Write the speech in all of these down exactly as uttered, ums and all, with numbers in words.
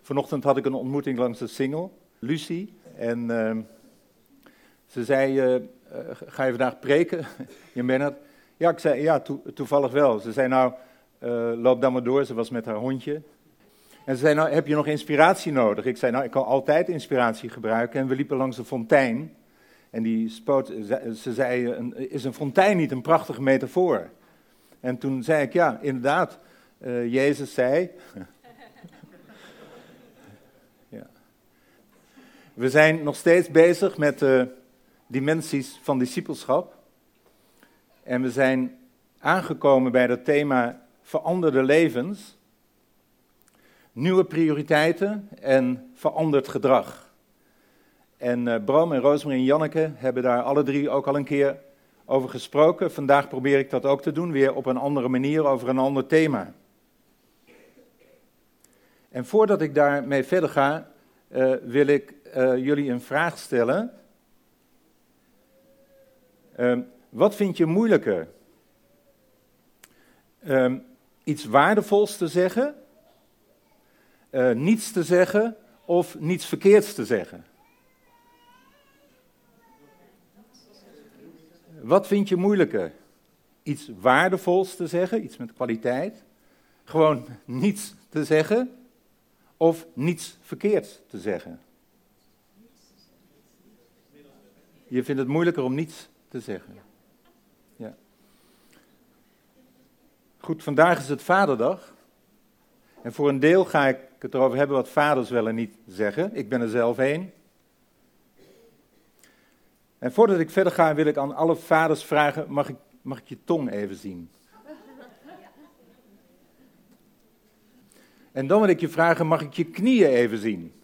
Vanochtend had ik een ontmoeting langs de Singel, Lucie. En uh, ze zei, uh, uh, ga je vandaag preken, Jan Bernhard? Ja, ik zei, ja, to- toevallig wel. Ze zei, nou, uh, loop dan maar door. Ze was met haar hondje. En ze zei, nou, heb je nog inspiratie nodig? Ik zei, nou, ik kan altijd inspiratie gebruiken. En we liepen langs de fontein. En die spoot, ze zei, een, is een fontein niet een prachtige metafoor? En toen zei ik, ja, inderdaad, uh, Jezus zei... ja. We zijn nog steeds bezig met de dimensies van discipelschap. En we zijn aangekomen bij dat thema veranderde levens, nieuwe prioriteiten en veranderd gedrag. En uh, Bram en Rosemary en Janneke hebben daar alle drie ook al een keer over gesproken. Vandaag probeer ik dat ook te doen, weer op een andere manier, over een ander thema. En voordat ik daarmee verder ga, uh, wil ik uh, jullie een vraag stellen. Uh, wat vind je moeilijker? Uh, iets waardevols te zeggen, uh, niets te zeggen of niets verkeerds te zeggen? Wat vind je moeilijker? Iets waardevols te zeggen, iets met kwaliteit, gewoon niets te zeggen of niets verkeerds te zeggen? Je vindt het moeilijker om niets te zeggen. Ja. Goed, vandaag is het Vaderdag. En voor een deel ga ik het erover hebben wat vaders wel en niet zeggen. Ik ben er zelf een. En voordat ik verder ga, wil ik aan alle vaders vragen, mag ik, mag ik je tong even zien? En dan wil ik je vragen, mag ik je knieën even zien?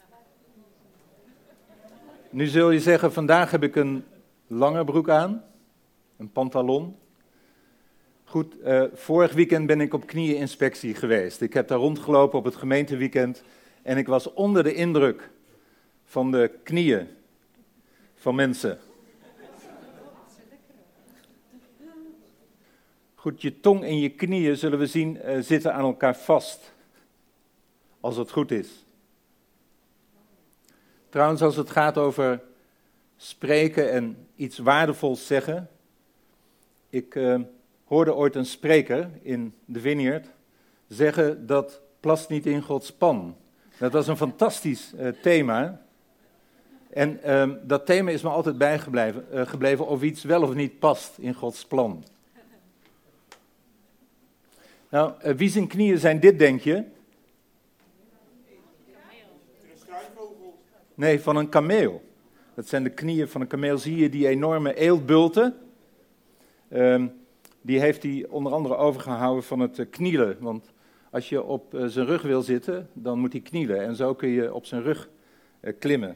Nu zul je zeggen, vandaag heb ik een lange broek aan, een pantalon. Goed, uh, vorig weekend ben ik op knieëninspectie geweest. Ik heb daar rondgelopen op het gemeenteweekend en ik was onder de indruk van de knieën van mensen. Goed, je tong en je knieën, zullen we zien, uh, zitten aan elkaar vast. Als het goed is. Trouwens, als het gaat over spreken en iets waardevols zeggen. Ik uh, hoorde ooit een spreker in de Vineyard zeggen dat plast niet in Gods pan. Dat was een fantastisch uh, thema. En uh, dat thema is me altijd bijgebleven uh, gebleven of iets wel of niet past in Gods plan. Nou, uh, wie zijn knieën zijn dit, denk je? Nee, van een kameel. Dat zijn de knieën van een kameel. Zie je die enorme eeltbulten? Um, die heeft hij onder andere overgehouden van het uh, knielen. Want als je op uh, zijn rug wil zitten, dan moet hij knielen. En zo kun je op zijn rug uh, klimmen.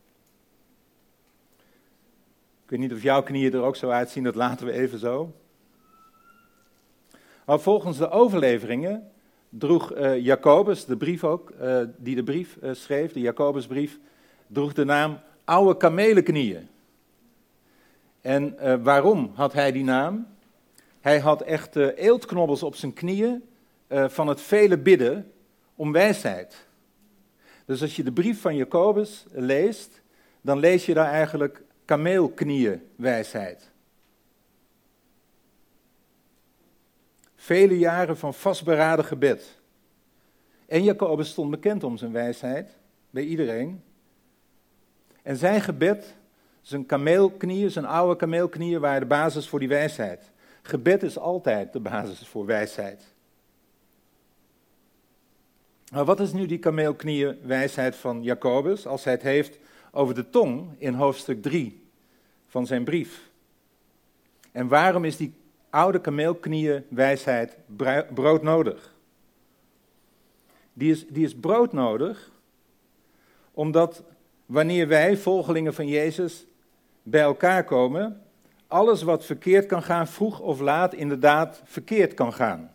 Ik weet niet of jouw knieën er ook zo uitzien, dat laten we even zo. Maar volgens de overleveringen droeg uh, Jacobus, de brief ook, uh, die de brief uh, schreef, de Jacobusbrief, droeg de naam oude kamelenknieën. En uh, waarom had hij die naam? Hij had echt uh, eeltknobbels op zijn knieën uh, van het vele bidden om wijsheid. Dus als je de brief van Jacobus leest, dan lees je daar eigenlijk kameelknieën wijsheid. Vele jaren van vastberaden gebed. En Jacobus stond bekend om zijn wijsheid, bij iedereen. En zijn gebed, zijn kameelknieën, zijn oude kameelknieën, waren de basis voor die wijsheid. Gebed is altijd de basis voor wijsheid. Maar wat is nu die kameelknieën wijsheid van Jacobus, als hij het heeft over de tong in hoofdstuk drie van zijn brief? En waarom is die oude kameelknieën wijsheid broodnodig? Die is, die is broodnodig omdat wanneer wij, volgelingen van Jezus, bij elkaar komen, alles wat verkeerd kan gaan, vroeg of laat inderdaad verkeerd kan gaan.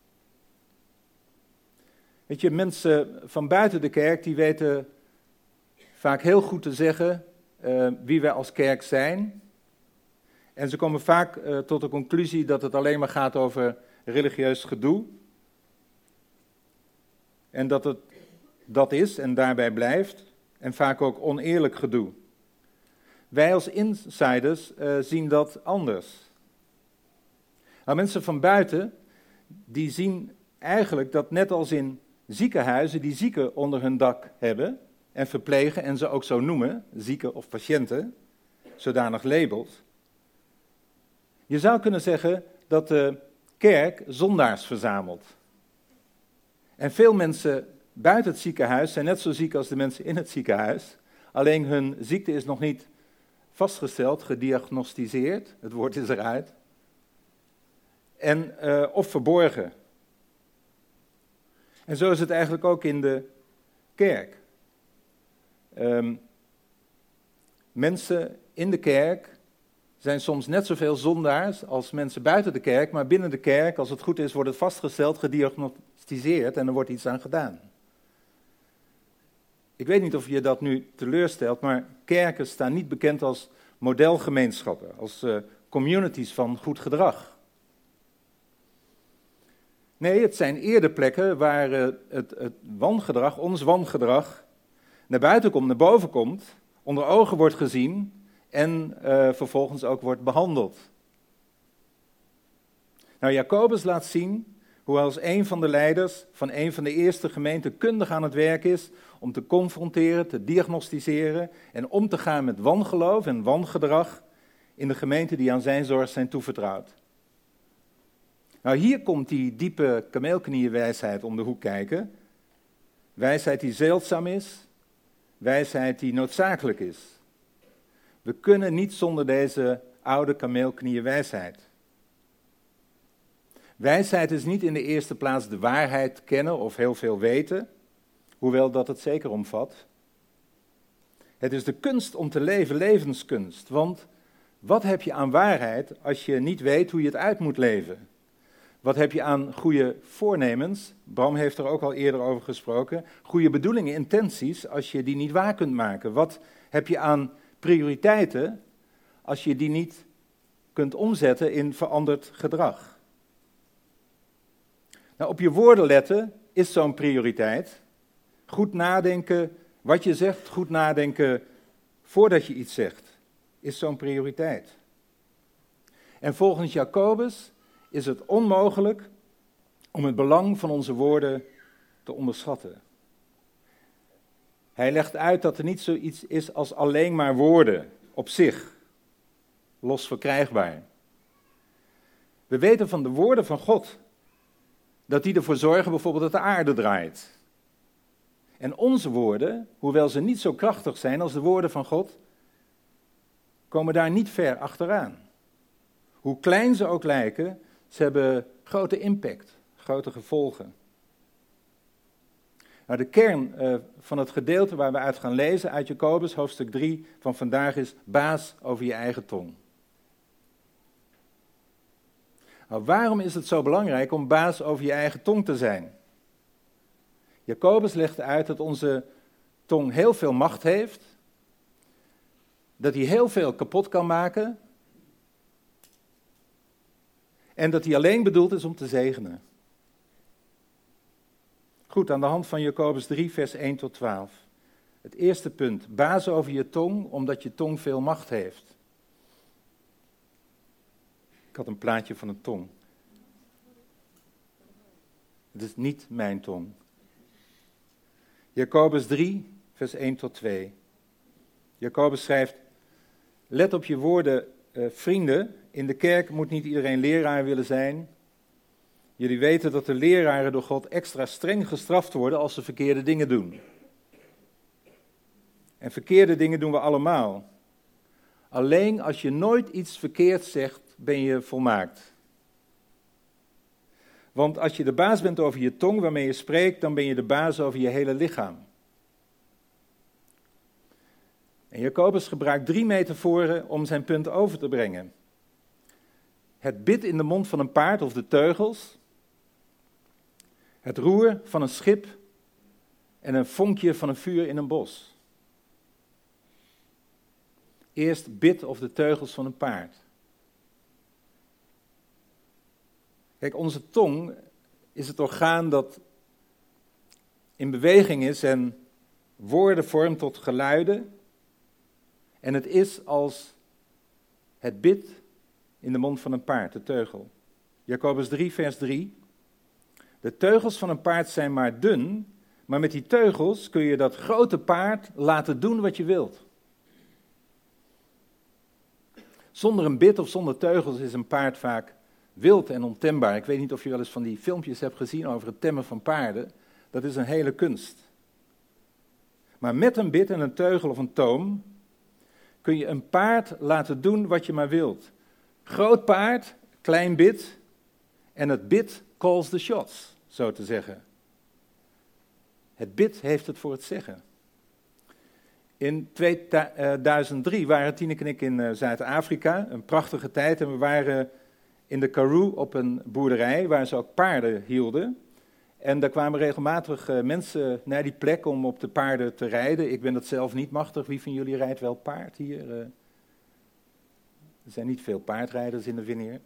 Weet je, mensen van buiten de kerk, die weten vaak heel goed te zeggen uh, wie wij als kerk zijn. En ze komen vaak uh, tot de conclusie dat het alleen maar gaat over religieus gedoe. En dat het dat is en daarbij blijft, en vaak ook oneerlijk gedoe. Wij als insiders uh, zien dat anders. Nou, mensen van buiten, die zien eigenlijk dat net als in ziekenhuizen die zieken onder hun dak hebben en verplegen en ze ook zo noemen, zieken of patiënten, zodanig labelt. Je zou kunnen zeggen dat de kerk zondaars verzamelt. En veel mensen buiten het ziekenhuis zijn net zo ziek als de mensen in het ziekenhuis. Alleen hun ziekte is nog niet vastgesteld, gediagnosticeerd, het woord is eruit. En, uh, of verborgen. En zo is het eigenlijk ook in de kerk. Um, mensen in de kerk zijn soms net zoveel zondaars als mensen buiten de kerk, maar binnen de kerk, als het goed is, wordt het vastgesteld, gediagnosticeerd en er wordt iets aan gedaan. Ik weet niet of je dat nu teleurstelt, maar kerken staan niet bekend als modelgemeenschappen, als uh, communities van goed gedrag. Nee, het zijn eerder plekken waar uh, het, het wangedrag, ons wangedrag, naar buiten komt, naar boven komt, onder ogen wordt gezien en uh, vervolgens ook wordt behandeld. Nou, Jacobus laat zien hoe hij als een van de leiders van een van de eerste gemeenten kundig aan het werk is om te confronteren, te diagnosticeren en om te gaan met wangeloof en wangedrag in de gemeenten die aan zijn zorg zijn toevertrouwd. Nou, hier komt die diepe kameelknieënwijsheid om de hoek kijken. Wijsheid die zeldzaam is, wijsheid die noodzakelijk is. We kunnen niet zonder deze oude kameelknieënwijsheid. Wijsheid is niet in de eerste plaats de waarheid kennen of heel veel weten, hoewel dat het zeker omvat. Het is de kunst om te leven, levenskunst. Want wat heb je aan waarheid als je niet weet hoe je het uit moet leven? Wat heb je aan goede voornemens? Bram heeft er ook al eerder over gesproken. Goede bedoelingen, intenties, als je die niet waar kunt maken. Wat heb je aan prioriteiten als je die niet kunt omzetten in veranderd gedrag? Nou, op je woorden letten is zo'n prioriteit. Goed nadenken wat je zegt, goed nadenken voordat je iets zegt, is zo'n prioriteit. En volgens Jacobus is het onmogelijk om het belang van onze woorden te onderschatten. Hij legt uit dat er niet zoiets is als alleen maar woorden op zich, los verkrijgbaar. We weten van de woorden van God dat die ervoor zorgen bijvoorbeeld dat de aarde draait. En onze woorden, hoewel ze niet zo krachtig zijn als de woorden van God, komen daar niet ver achteraan. Hoe klein ze ook lijken, ze hebben grote impact, grote gevolgen. Nou, de kern uh, van het gedeelte waar we uit gaan lezen uit Jacobus, hoofdstuk drie van vandaag, is baas over je eigen tong. Nou, waarom is het zo belangrijk om baas over je eigen tong te zijn? Jacobus legt uit dat onze tong heel veel macht heeft, dat hij heel veel kapot kan maken en dat hij alleen bedoeld is om te zegenen. Goed, aan de hand van Jacobus drie, vers één tot twaalf. Het eerste punt, baas over je tong, omdat je tong veel macht heeft. Ik had een plaatje van een tong. Het is niet mijn tong. Jacobus drie, vers één tot twee. Jacobus schrijft, let op je woorden, uh, vrienden. In de kerk moet niet iedereen leraar willen zijn. Jullie weten dat de leraren door God extra streng gestraft worden als ze verkeerde dingen doen. En verkeerde dingen doen we allemaal. Alleen als je nooit iets verkeerds zegt, ben je volmaakt. Want als je de baas bent over je tong waarmee je spreekt, dan ben je de baas over je hele lichaam. En Jacobus gebruikt drie metaforen om zijn punt over te brengen. Het bit in de mond van een paard of de teugels, het roer van een schip en een vonkje van een vuur in een bos. Eerst bit of de teugels van een paard. Kijk, onze tong is het orgaan dat in beweging is en woorden vormt tot geluiden. En het is als het bit in de mond van een paard, de teugel. Jacobus drie, vers drie. De teugels van een paard zijn maar dun, maar met die teugels kun je dat grote paard laten doen wat je wilt. Zonder een bit of zonder teugels is een paard vaak wild en ontembaar. Ik weet niet of je wel eens van die filmpjes hebt gezien over het temmen van paarden. Dat is een hele kunst. Maar met een bit en een teugel of een toom kun je een paard laten doen wat je maar wilt. Groot paard, klein bit en het bit calls the shots, zo te zeggen. Het bit heeft het voor het zeggen. In tweeduizend drie waren Tineke en ik in uh, Zuid-Afrika, een prachtige tijd, en we waren in de Karoo op een boerderij waar ze ook paarden hielden. En daar kwamen regelmatig uh, mensen naar die plek om op de paarden te rijden. Ik ben dat zelf niet machtig. Wie van jullie rijdt wel paard hier? Uh, er zijn niet veel paardrijders in de Vineyard.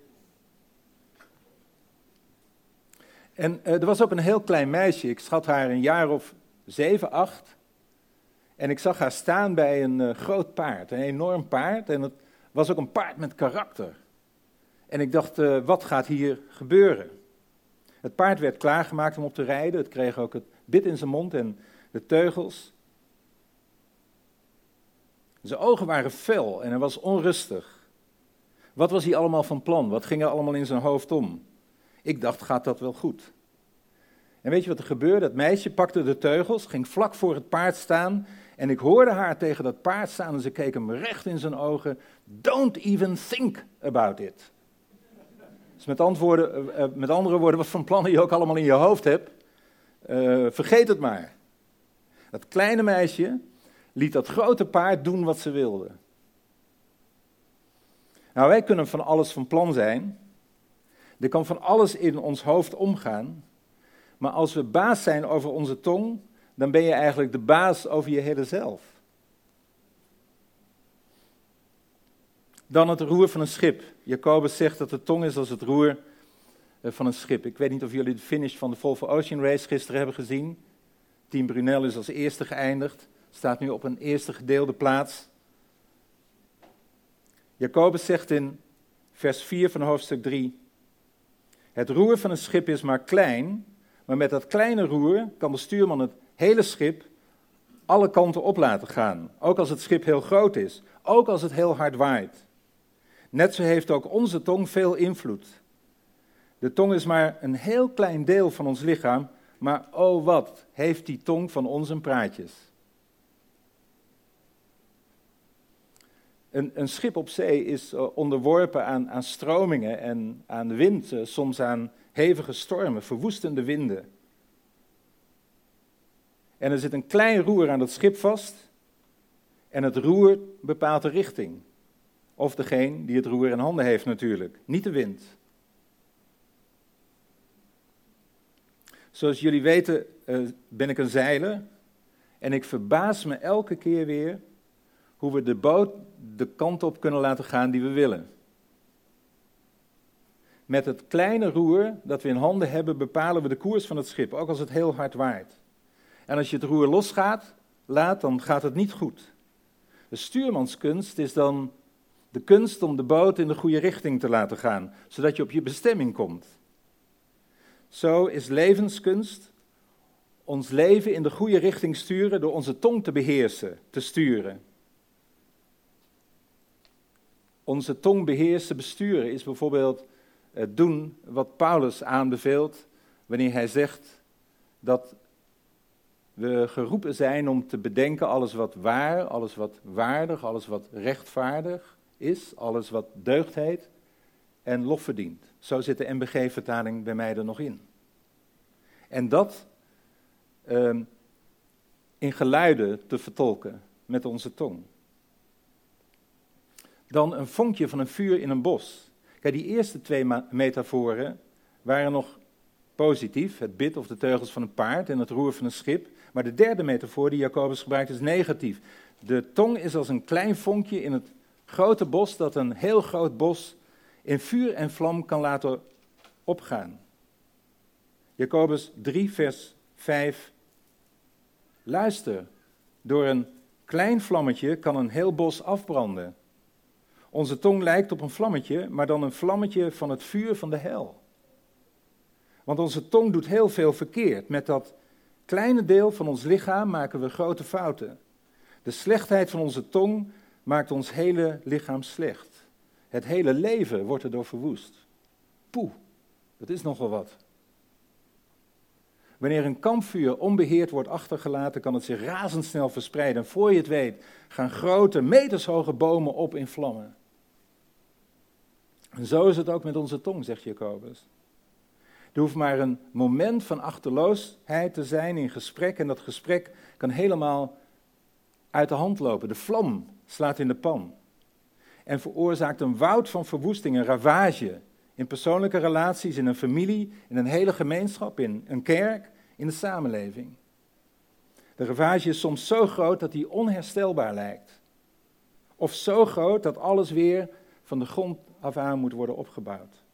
En uh, er was ook een heel klein meisje, ik schat haar een jaar of zeven, acht. En ik zag haar staan bij een uh, groot paard, een enorm paard. En het was ook een paard met karakter. En ik dacht, uh, wat gaat hier gebeuren? Het paard werd klaargemaakt om op te rijden. Het kreeg ook het bit in zijn mond en de teugels. Zijn ogen waren fel en hij was onrustig. Wat was hij allemaal van plan? Wat ging er allemaal in zijn hoofd om? Ik dacht, gaat dat wel goed? En weet je wat er gebeurde? Het meisje pakte de teugels, ging vlak voor het paard staan. En ik hoorde haar tegen dat paard staan en ze keek hem recht in zijn ogen. Don't even think about it. Dus met, antwoorden, uh, met andere woorden, wat voor plannen je ook allemaal in je hoofd hebt, uh, vergeet het maar. Dat kleine meisje liet dat grote paard doen wat ze wilde. Nou, wij kunnen van alles van plan zijn. Er kan van alles in ons hoofd omgaan. Maar als we baas zijn over onze tong, dan ben je eigenlijk de baas over je hele zelf. Dan het roer van een schip. Jacobus zegt dat de tong is als het roer van een schip. Ik weet niet of jullie de finish van de Volvo Ocean Race gisteren hebben gezien. Team Brunel is als eerste geëindigd. Staat nu op een eerste gedeelde plaats. Jacobus zegt in vers vier van hoofdstuk drie. Het roer van een schip is maar klein, maar met dat kleine roer kan de stuurman het hele schip alle kanten op laten gaan. Ook als het schip heel groot is, ook als het heel hard waait. Net zo heeft ook onze tong veel invloed. De tong is maar een heel klein deel van ons lichaam, maar oh wat heeft die tong van ons een praatjes. Een, een schip op zee is uh, onderworpen aan, aan stromingen en aan de wind, uh, soms aan hevige stormen, verwoestende winden. En er zit een klein roer aan dat schip vast en het roer bepaalt de richting. Of degene die het roer in handen heeft natuurlijk, niet de wind. Zoals jullie weten uh, ben ik een zeiler en ik verbaas me elke keer weer hoe we de boot de kant op kunnen laten gaan die we willen. Met het kleine roer dat we in handen hebben bepalen we de koers van het schip, ook als het heel hard waait. En als je het roer losgaat, laat, dan gaat het niet goed. De stuurmanskunst is dan de kunst om de boot in de goede richting te laten gaan, zodat je op je bestemming komt. Zo is levenskunst ons leven in de goede richting sturen door onze tong te beheersen, te sturen. Onze tong beheersen, besturen is bijvoorbeeld het doen wat Paulus aanbeveelt wanneer hij zegt dat we geroepen zijn om te bedenken alles wat waar, alles wat waardig, alles wat rechtvaardig is, alles wat deugd heet en lof verdient. Zo zit de M B G-vertaling bij mij er nog in. En dat uh, in geluiden te vertolken met onze tong. Dan een vonkje van een vuur in een bos. Kijk, die eerste twee ma- metaforen waren nog positief, het bit of de teugels van een paard en het roer van een schip. Maar de derde metafoor die Jacobus gebruikt is negatief. De tong is als een klein vonkje in het grote bos dat een heel groot bos in vuur en vlam kan laten opgaan. Jacobus drie vers vijf Luister, door een klein vlammetje kan een heel bos afbranden. Onze tong lijkt op een vlammetje, maar dan een vlammetje van het vuur van de hel. Want onze tong doet heel veel verkeerd. Met dat kleine deel van ons lichaam maken we grote fouten. De slechtheid van onze tong maakt ons hele lichaam slecht. Het hele leven wordt erdoor verwoest. Poeh, dat is nogal wat. Wanneer een kampvuur onbeheerd wordt achtergelaten, kan het zich razendsnel verspreiden. En voor je het weet, gaan grote, metershoge bomen op in vlammen. En zo is het ook met onze tong, zegt Jacobus. Er hoeft maar een moment van achterloosheid te zijn in gesprek, en dat gesprek kan helemaal uit de hand lopen. De vlam slaat in de pan en veroorzaakt een woud van verwoesting, een ravage in persoonlijke relaties, in een familie, in een hele gemeenschap, in een kerk, in de samenleving. De ravage is soms zo groot dat die onherstelbaar lijkt. Of zo groot dat alles weer van de grond af aan moet worden opgebouwd.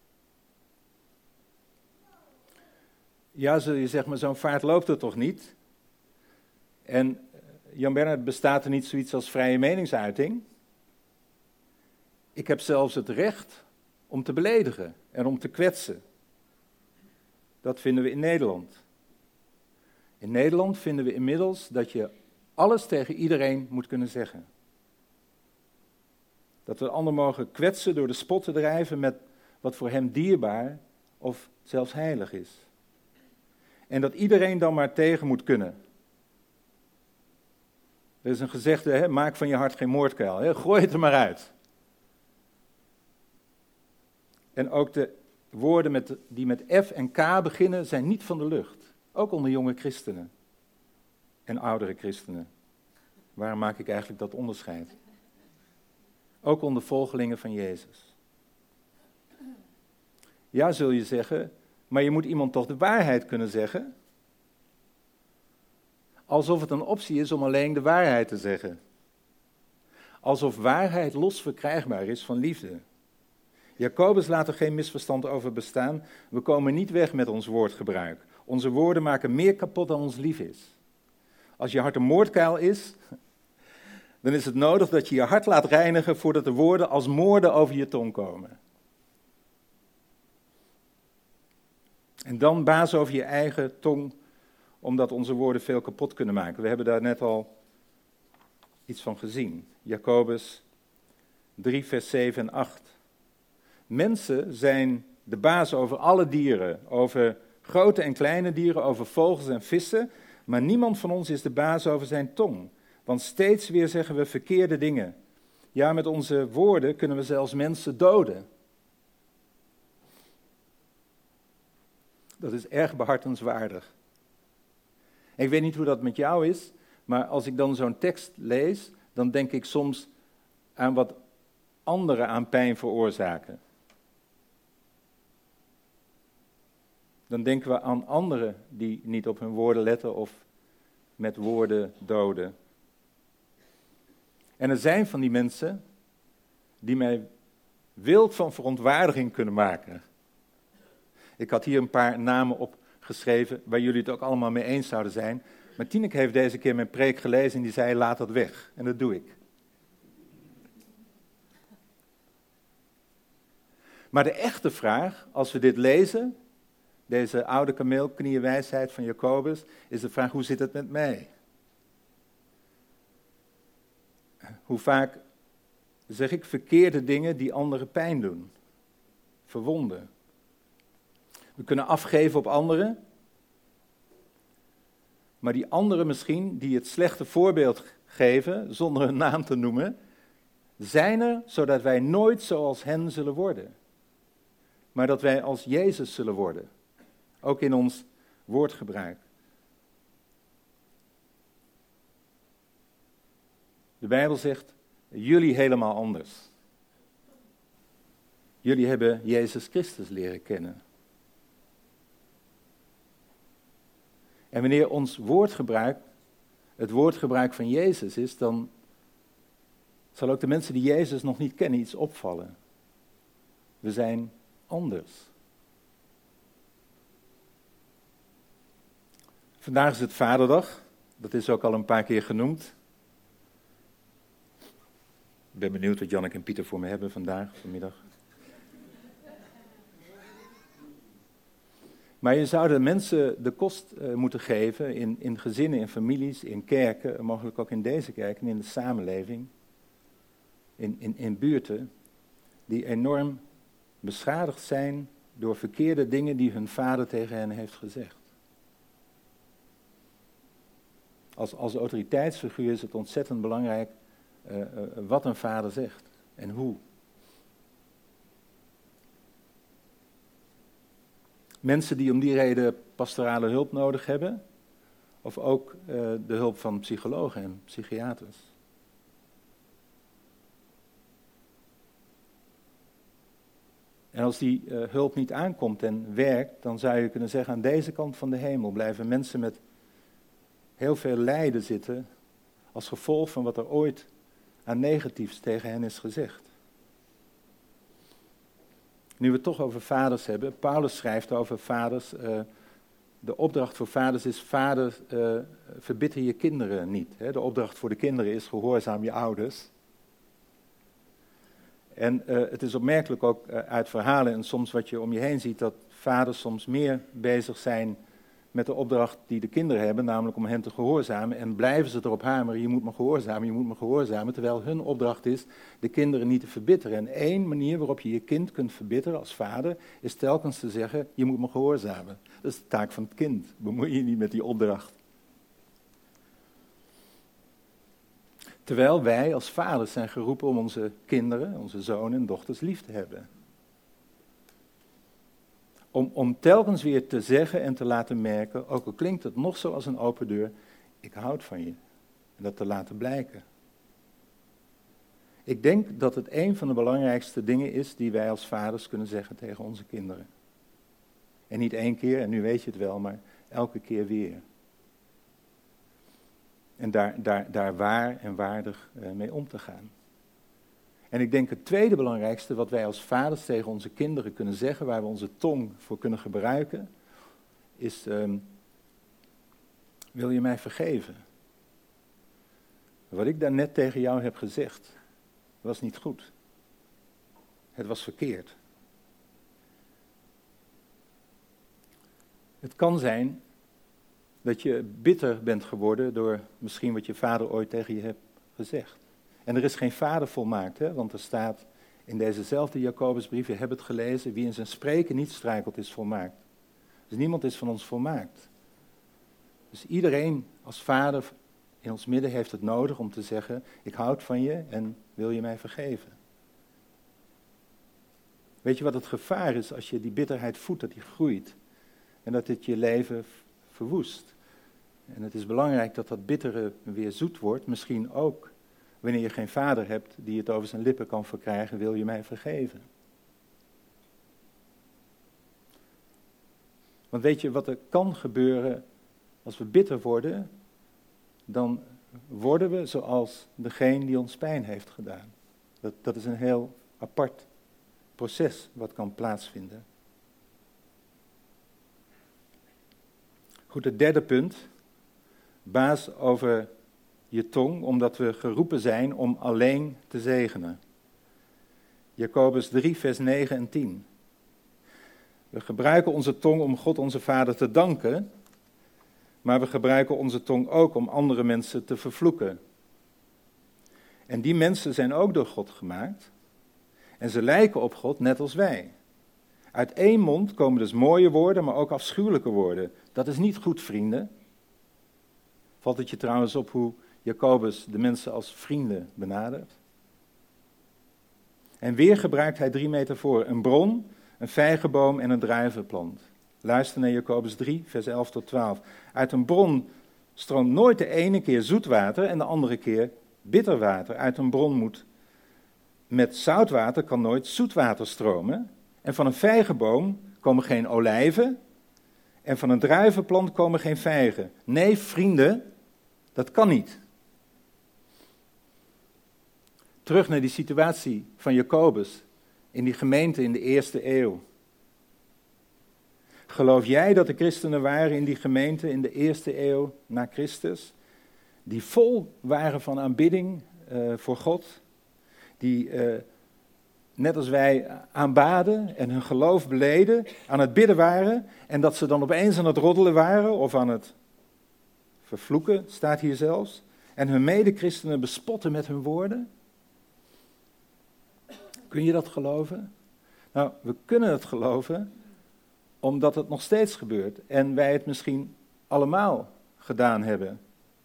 Ja, zul je zeggen, maar zo'n vaart loopt er toch niet? En Jan Bernhard, bestaat er niet zoiets als vrije meningsuiting? Ik heb zelfs het recht om te beledigen en om te kwetsen. Dat vinden we in Nederland. In Nederland vinden we inmiddels dat je alles tegen iedereen moet kunnen zeggen. Dat we de ander mogen kwetsen door de spot te drijven met wat voor hem dierbaar of zelfs heilig is. En dat iedereen dan maar tegen moet kunnen. Er is een gezegde, hè, maak van je hart geen moordkuil. Hè, gooi het er maar uit. En ook de woorden met, die met F en K beginnen zijn niet van de lucht. Ook onder jonge christenen en oudere christenen. Waarom maak ik eigenlijk dat onderscheid? Ook onder volgelingen van Jezus. Ja, zul je zeggen, maar je moet iemand toch de waarheid kunnen zeggen? Alsof het een optie is om alleen de waarheid te zeggen. Alsof waarheid los verkrijgbaar is van liefde. Jacobus laat er geen misverstand over bestaan. We komen niet weg met ons woordgebruik. Onze woorden maken meer kapot dan ons lief is. Als je hart een moordkuil is, dan is het nodig dat je je hart laat reinigen voordat de woorden als moorden over je tong komen. En dan baas over je eigen tong, omdat onze woorden veel kapot kunnen maken. We hebben daar net al iets van gezien. Jacobus drie, vers zeven en acht. Mensen zijn de baas over alle dieren, over grote en kleine dieren, over vogels en vissen, maar niemand van ons is de baas over zijn tong. Want steeds weer zeggen we verkeerde dingen. Ja, met onze woorden kunnen we zelfs mensen doden. Dat is erg behartenswaardig. Ik weet niet hoe dat met jou is, maar als ik dan zo'n tekst lees, dan denk ik soms aan wat anderen aan pijn veroorzaken. Dan denken we aan anderen die niet op hun woorden letten of met woorden doden. En er zijn van die mensen die mij wild van verontwaardiging kunnen maken. Ik had hier een paar namen opgeschreven waar jullie het ook allemaal mee eens zouden zijn. Maar Tineke heeft deze keer mijn preek gelezen en die zei laat dat weg. En dat doe ik. Maar de echte vraag, als we dit lezen, deze oude kameelknieënwijsheid van Jacobus, is de vraag, hoe zit het met mij? Hoe vaak zeg ik verkeerde dingen die anderen pijn doen, verwonden? We kunnen afgeven op anderen, maar die anderen misschien, die het slechte voorbeeld geven, zonder hun naam te noemen, zijn er zodat wij nooit zoals hen zullen worden. Maar dat wij als Jezus zullen worden. Ook in ons woordgebruik. De Bijbel zegt, jullie helemaal anders. Jullie hebben Jezus Christus leren kennen. En wanneer ons woordgebruik het woordgebruik van Jezus is, dan zal ook de mensen die Jezus nog niet kennen iets opvallen. We zijn anders. Vandaag is het Vaderdag. Dat is ook al een paar keer genoemd. Ik ben benieuwd wat Janneke en Pieter voor me hebben vandaag, vanmiddag. Maar je zou de mensen de kost uh, moeten geven in, in gezinnen, in families, in kerken, mogelijk ook in deze kerk en in de samenleving, in, in, in buurten, die enorm beschadigd zijn door verkeerde dingen die hun vader tegen hen heeft gezegd. Als, als autoriteitsfiguur is het ontzettend belangrijk uh, uh, wat een vader zegt en hoe. Mensen die om die reden pastorale hulp nodig hebben, of ook uh, de hulp van psychologen en psychiaters. En als die uh, hulp niet aankomt en werkt, dan zou je kunnen zeggen, aan deze kant van de hemel blijven mensen met heel veel lijden zitten, als gevolg van wat er ooit aan negatiefs tegen hen is gezegd. Nu we het toch over vaders hebben, Paulus schrijft over vaders, uh, de opdracht voor vaders is, vader, uh, verbitter je kinderen niet. Hè? De opdracht voor de kinderen is, gehoorzaam je ouders. En uh, het is opmerkelijk ook uh, uit verhalen en soms wat je om je heen ziet, dat vaders soms meer bezig zijn met de opdracht die de kinderen hebben, namelijk om hen te gehoorzamen. En blijven ze erop hameren, je moet me gehoorzamen, je moet me gehoorzamen. Terwijl hun opdracht is de kinderen niet te verbitteren. En één manier waarop je je kind kunt verbitteren als vader, is telkens te zeggen, je moet me gehoorzamen. Dat is de taak van het kind. Bemoei je niet met die opdracht. Terwijl wij als vaders zijn geroepen om onze kinderen, onze zonen en dochters lief te hebben. Om, om telkens weer te zeggen en te laten merken, ook al klinkt het nog zo als een open deur, ik houd van je. En dat te laten blijken. Ik denk dat het een van de belangrijkste dingen is die wij als vaders kunnen zeggen tegen onze kinderen. En niet één keer, en nu weet je het wel, maar elke keer weer. En daar, daar, daar waar en waardig uh, mee om te gaan. En ik denk het tweede belangrijkste wat wij als vaders tegen onze kinderen kunnen zeggen, waar we onze tong voor kunnen gebruiken, is, um, wil je mij vergeven? Wat ik daarnet tegen jou heb gezegd, was niet goed. Het was verkeerd. Het kan zijn dat je bitter bent geworden door misschien wat je vader ooit tegen je hebt gezegd. En er is geen vader volmaakt, hè? Want er staat in dezezelfde Jacobusbrief, je hebt het gelezen, wie in zijn spreken niet struikelt is volmaakt. Dus niemand is van ons volmaakt. Dus iedereen als vader in ons midden heeft het nodig om te zeggen, ik houd van je en wil je mij vergeven. Weet je wat het gevaar is als je die bitterheid voedt, dat die groeit en dat dit je leven verwoest. En het is belangrijk dat dat bittere weer zoet wordt, misschien ook wanneer je geen vader hebt die het over zijn lippen kan verkrijgen, wil je mij vergeven. Want weet je wat er kan gebeuren als we bitter worden? Dan worden we zoals degene die ons pijn heeft gedaan. Dat, dat is een heel apart proces wat kan plaatsvinden. Goed, het derde punt. Baas over je tong, omdat we geroepen zijn om alleen te zegenen. Jacobus drie, vers negen en tien. We gebruiken onze tong om God onze Vader te danken, maar we gebruiken onze tong ook om andere mensen te vervloeken. En die mensen zijn ook door God gemaakt en ze lijken op God net als wij. Uit één mond komen dus mooie woorden, maar ook afschuwelijke woorden. Dat is niet goed, vrienden. Valt het je trouwens op hoe Jacobus de mensen als vrienden benadert? En weer gebruikt hij drie metaforen. Een bron, een vijgenboom en een druivenplant. Luister naar Jacobus drie, vers elf tot twaalf. Uit een bron stroomt nooit de ene keer zoet water en de andere keer bitter water. Uit een bron moet met zout water kan nooit zoet water stromen. En van een vijgenboom komen geen olijven. En van een druivenplant komen geen vijgen. Nee, vrienden, dat kan niet. Terug naar die situatie van Jacobus in die gemeente in de eerste eeuw. Geloof jij dat er christenen waren in die gemeente in de eerste eeuw na Christus, die vol waren van aanbidding uh, voor God, die uh, net als wij aanbaden en hun geloof beleden, aan het bidden waren, en dat ze dan opeens aan het roddelen waren of aan het vervloeken, staat hier zelfs, en hun medechristenen bespotten met hun woorden. Kun je dat geloven? Nou, we kunnen het geloven, omdat het nog steeds gebeurt en wij het misschien allemaal gedaan hebben.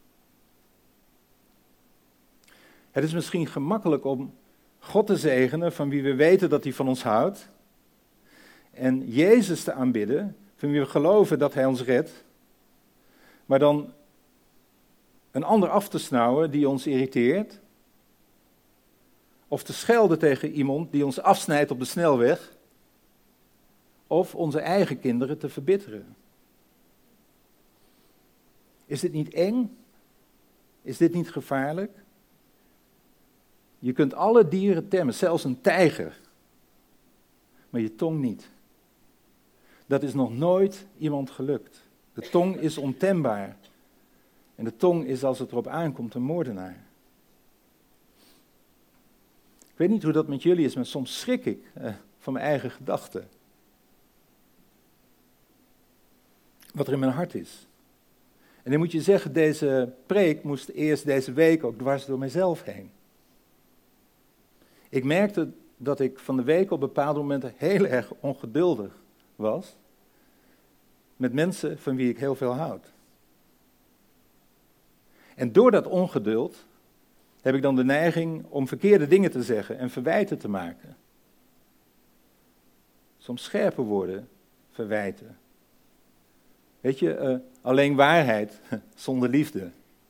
Het is misschien gemakkelijk om God te zegenen, van wie we weten dat hij van ons houdt, en Jezus te aanbidden, van wie we geloven dat hij ons redt, maar dan een ander af te snauwen die ons irriteert, of te schelden tegen iemand die ons afsnijdt op de snelweg, of onze eigen kinderen te verbitteren. Is dit niet eng? Is dit niet gevaarlijk? Je kunt alle dieren temmen, zelfs een tijger, maar je tong niet. Dat is nog nooit iemand gelukt. De tong is ontembaar. En de tong is, als het erop aankomt, een moordenaar. Ik weet niet hoe dat met jullie is, maar soms schrik ik eh, van mijn eigen gedachten. Wat er in mijn hart is. En dan moet je zeggen, deze preek moest eerst deze week ook dwars door mijzelf heen. Ik merkte dat ik van de week op bepaalde momenten heel erg ongeduldig was met mensen van wie ik heel veel houd. En door dat ongeduld heb ik dan de neiging om verkeerde dingen te zeggen en verwijten te maken. Soms scherpe woorden, verwijten. Weet je, uh, alleen waarheid zonder liefde.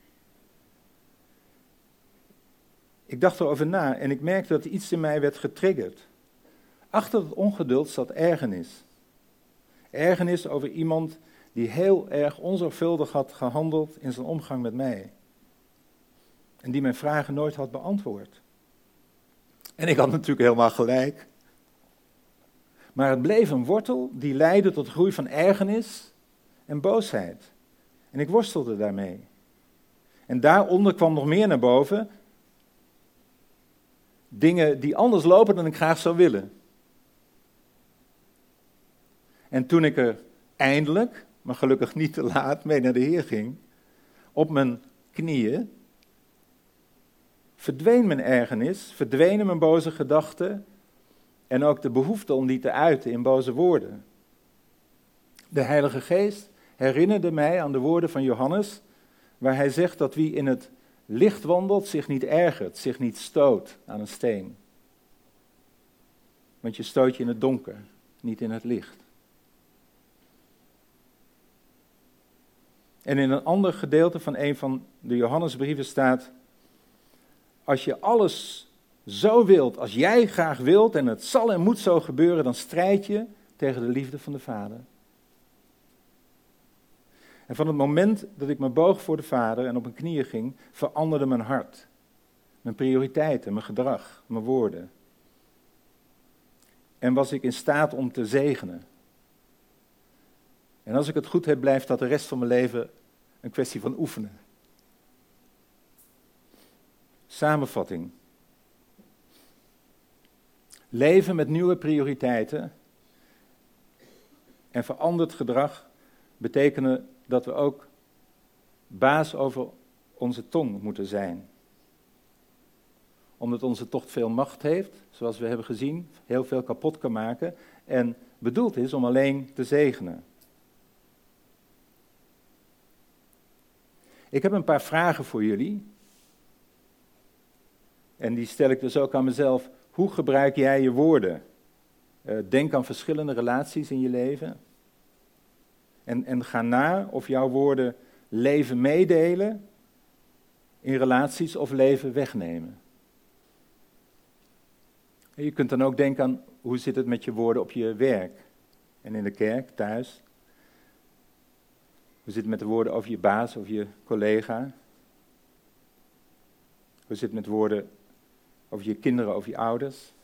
Ik dacht erover na en ik merkte dat iets in mij werd getriggerd. Achter het ongeduld zat ergernis. Ergernis over iemand die heel erg onzorgvuldig had gehandeld in zijn omgang met mij. En die mijn vragen nooit had beantwoord. En ik had natuurlijk helemaal gelijk. Maar het bleef een wortel die leidde tot groei van ergernis en boosheid. En ik worstelde daarmee. En daaronder kwam nog meer naar boven. Dingen die anders lopen dan ik graag zou willen. En toen ik er eindelijk, maar gelukkig niet te laat, mee naar de Heer ging, op mijn knieën, verdween mijn ergernis, verdwenen mijn boze gedachten en ook de behoefte om die te uiten in boze woorden. De Heilige Geest herinnerde mij aan de woorden van Johannes, waar hij zegt dat wie in het licht wandelt zich niet ergert, zich niet stoot aan een steen. Want je stoot je in het donker, niet in het licht. En in een ander gedeelte van een van de Johannesbrieven staat: als je alles zo wilt, als jij graag wilt en het zal en moet zo gebeuren, dan strijd je tegen de liefde van de Vader. En van het moment dat ik me boog voor de Vader en op mijn knieën ging, veranderde mijn hart. Mijn prioriteiten, mijn gedrag, mijn woorden. En was ik in staat om te zegenen. En als ik het goed heb, blijft dat de rest van mijn leven een kwestie van oefenen. Samenvatting. Leven met nieuwe prioriteiten en veranderd gedrag betekenen dat we ook baas over onze tong moeten zijn. Omdat onze tocht veel macht heeft, zoals we hebben gezien, heel veel kapot kan maken en bedoeld is om alleen te zegenen. Ik heb een paar vragen voor jullie. En die stel ik dus ook aan mezelf. Hoe gebruik jij je woorden? Uh, denk aan verschillende relaties in je leven. En, en ga na of jouw woorden leven meedelen in relaties of leven wegnemen. En je kunt dan ook denken aan hoe zit het met je woorden op je werk en in de kerk, thuis. Hoe zit het met de woorden over je baas of je collega? Hoe zit het met woorden over je kinderen, over je ouders?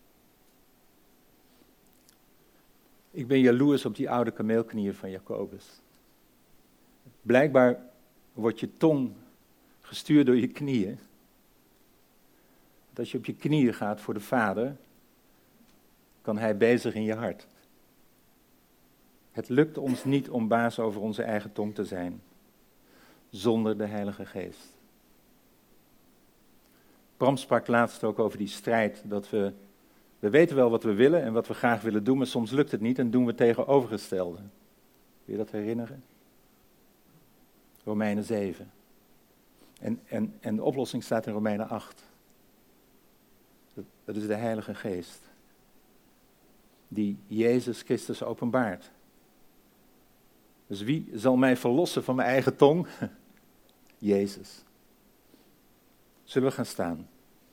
Ik ben jaloers op die oude kameelknieën van Jacobus. Blijkbaar wordt je tong gestuurd door je knieën. Want als je op je knieën gaat voor de Vader, kan Hij bezig in je hart. Het lukt ons niet om baas over onze eigen tong te zijn, zonder de Heilige Geest. Bram sprak laatst ook over die strijd, dat we, we weten wel wat we willen en wat we graag willen doen, maar soms lukt het niet en doen we het tegenovergestelde. Wil je dat herinneren? Romeinen zeven. En, en, en de oplossing staat in Romeinen acht. Dat, dat is de Heilige Geest, die Jezus Christus openbaart. Dus wie zal mij verlossen van mijn eigen tong? Jezus. Zullen we gaan staan?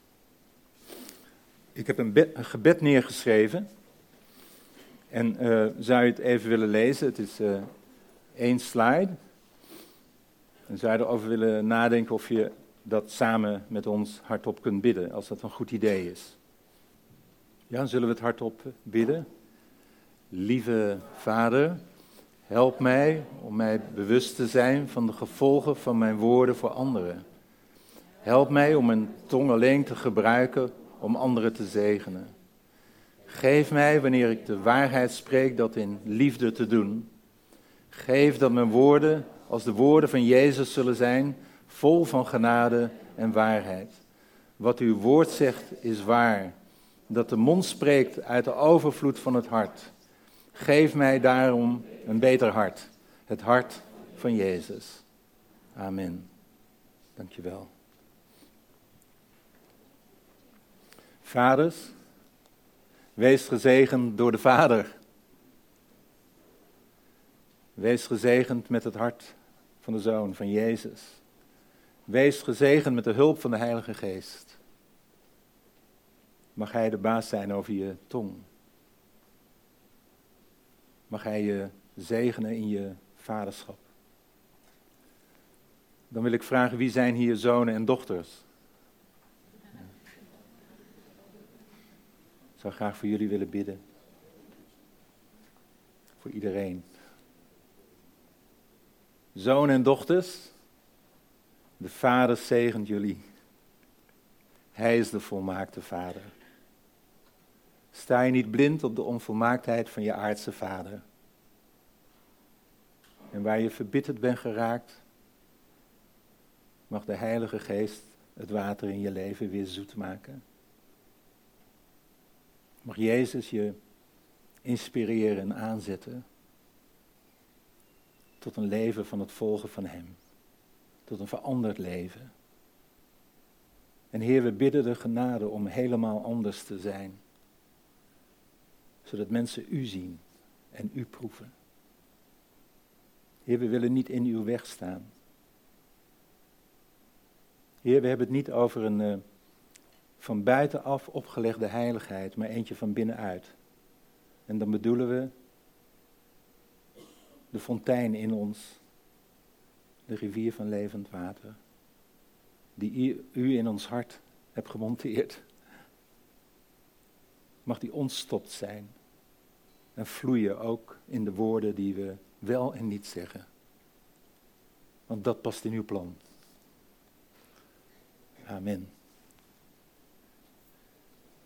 Ik heb een, be- een gebed neergeschreven. En uh, zou je het even willen lezen? Het is uh, één slide. En zou je erover willen nadenken of je dat samen met ons hardop kunt bidden, als dat een goed idee is. Ja, zullen we het hardop bidden? Lieve Vader, help mij om mij bewust te zijn van de gevolgen van mijn woorden voor anderen. Help mij om mijn tong alleen te gebruiken om anderen te zegenen. Geef mij, wanneer ik de waarheid spreek, dat in liefde te doen. Geef dat mijn woorden als de woorden van Jezus zullen zijn, vol van genade en waarheid. Wat uw woord zegt is waar, dat de mond spreekt uit de overvloed van het hart. Geef mij daarom een beter hart, het hart van Jezus. Amen. Dank je wel. Vaders, wees gezegend door de Vader. Wees gezegend met het hart van de Zoon, van Jezus. Wees gezegend met de hulp van de Heilige Geest. Mag Hij de baas zijn over je tong. Mag Hij je zegenen in je vaderschap. Dan wil ik vragen, wie zijn hier zonen en dochters? Ik zou graag voor jullie willen bidden. Voor iedereen. Zonen en dochters, de Vader zegent jullie. Hij is de volmaakte Vader. Sta je niet blind op de onvolmaaktheid van je aardse vader. En waar je verbitterd bent geraakt, mag de Heilige Geest het water in je leven weer zoet maken. Mag Jezus je inspireren en aanzetten tot een leven van het volgen van Hem. Tot een veranderd leven. En Heer, we bidden de genade om helemaal anders te zijn. Zodat mensen U zien en U proeven. Heer, we willen niet in Uw weg staan. Heer, we hebben het niet over een uh, van buitenaf opgelegde heiligheid, maar eentje van binnenuit. En dan bedoelen we de fontein in ons, de rivier van levend water, die U, u in ons hart hebt gemonteerd. Mag die ontstopt zijn en vloeien ook in de woorden die we wel en niet zeggen. Want dat past in uw plan. Amen.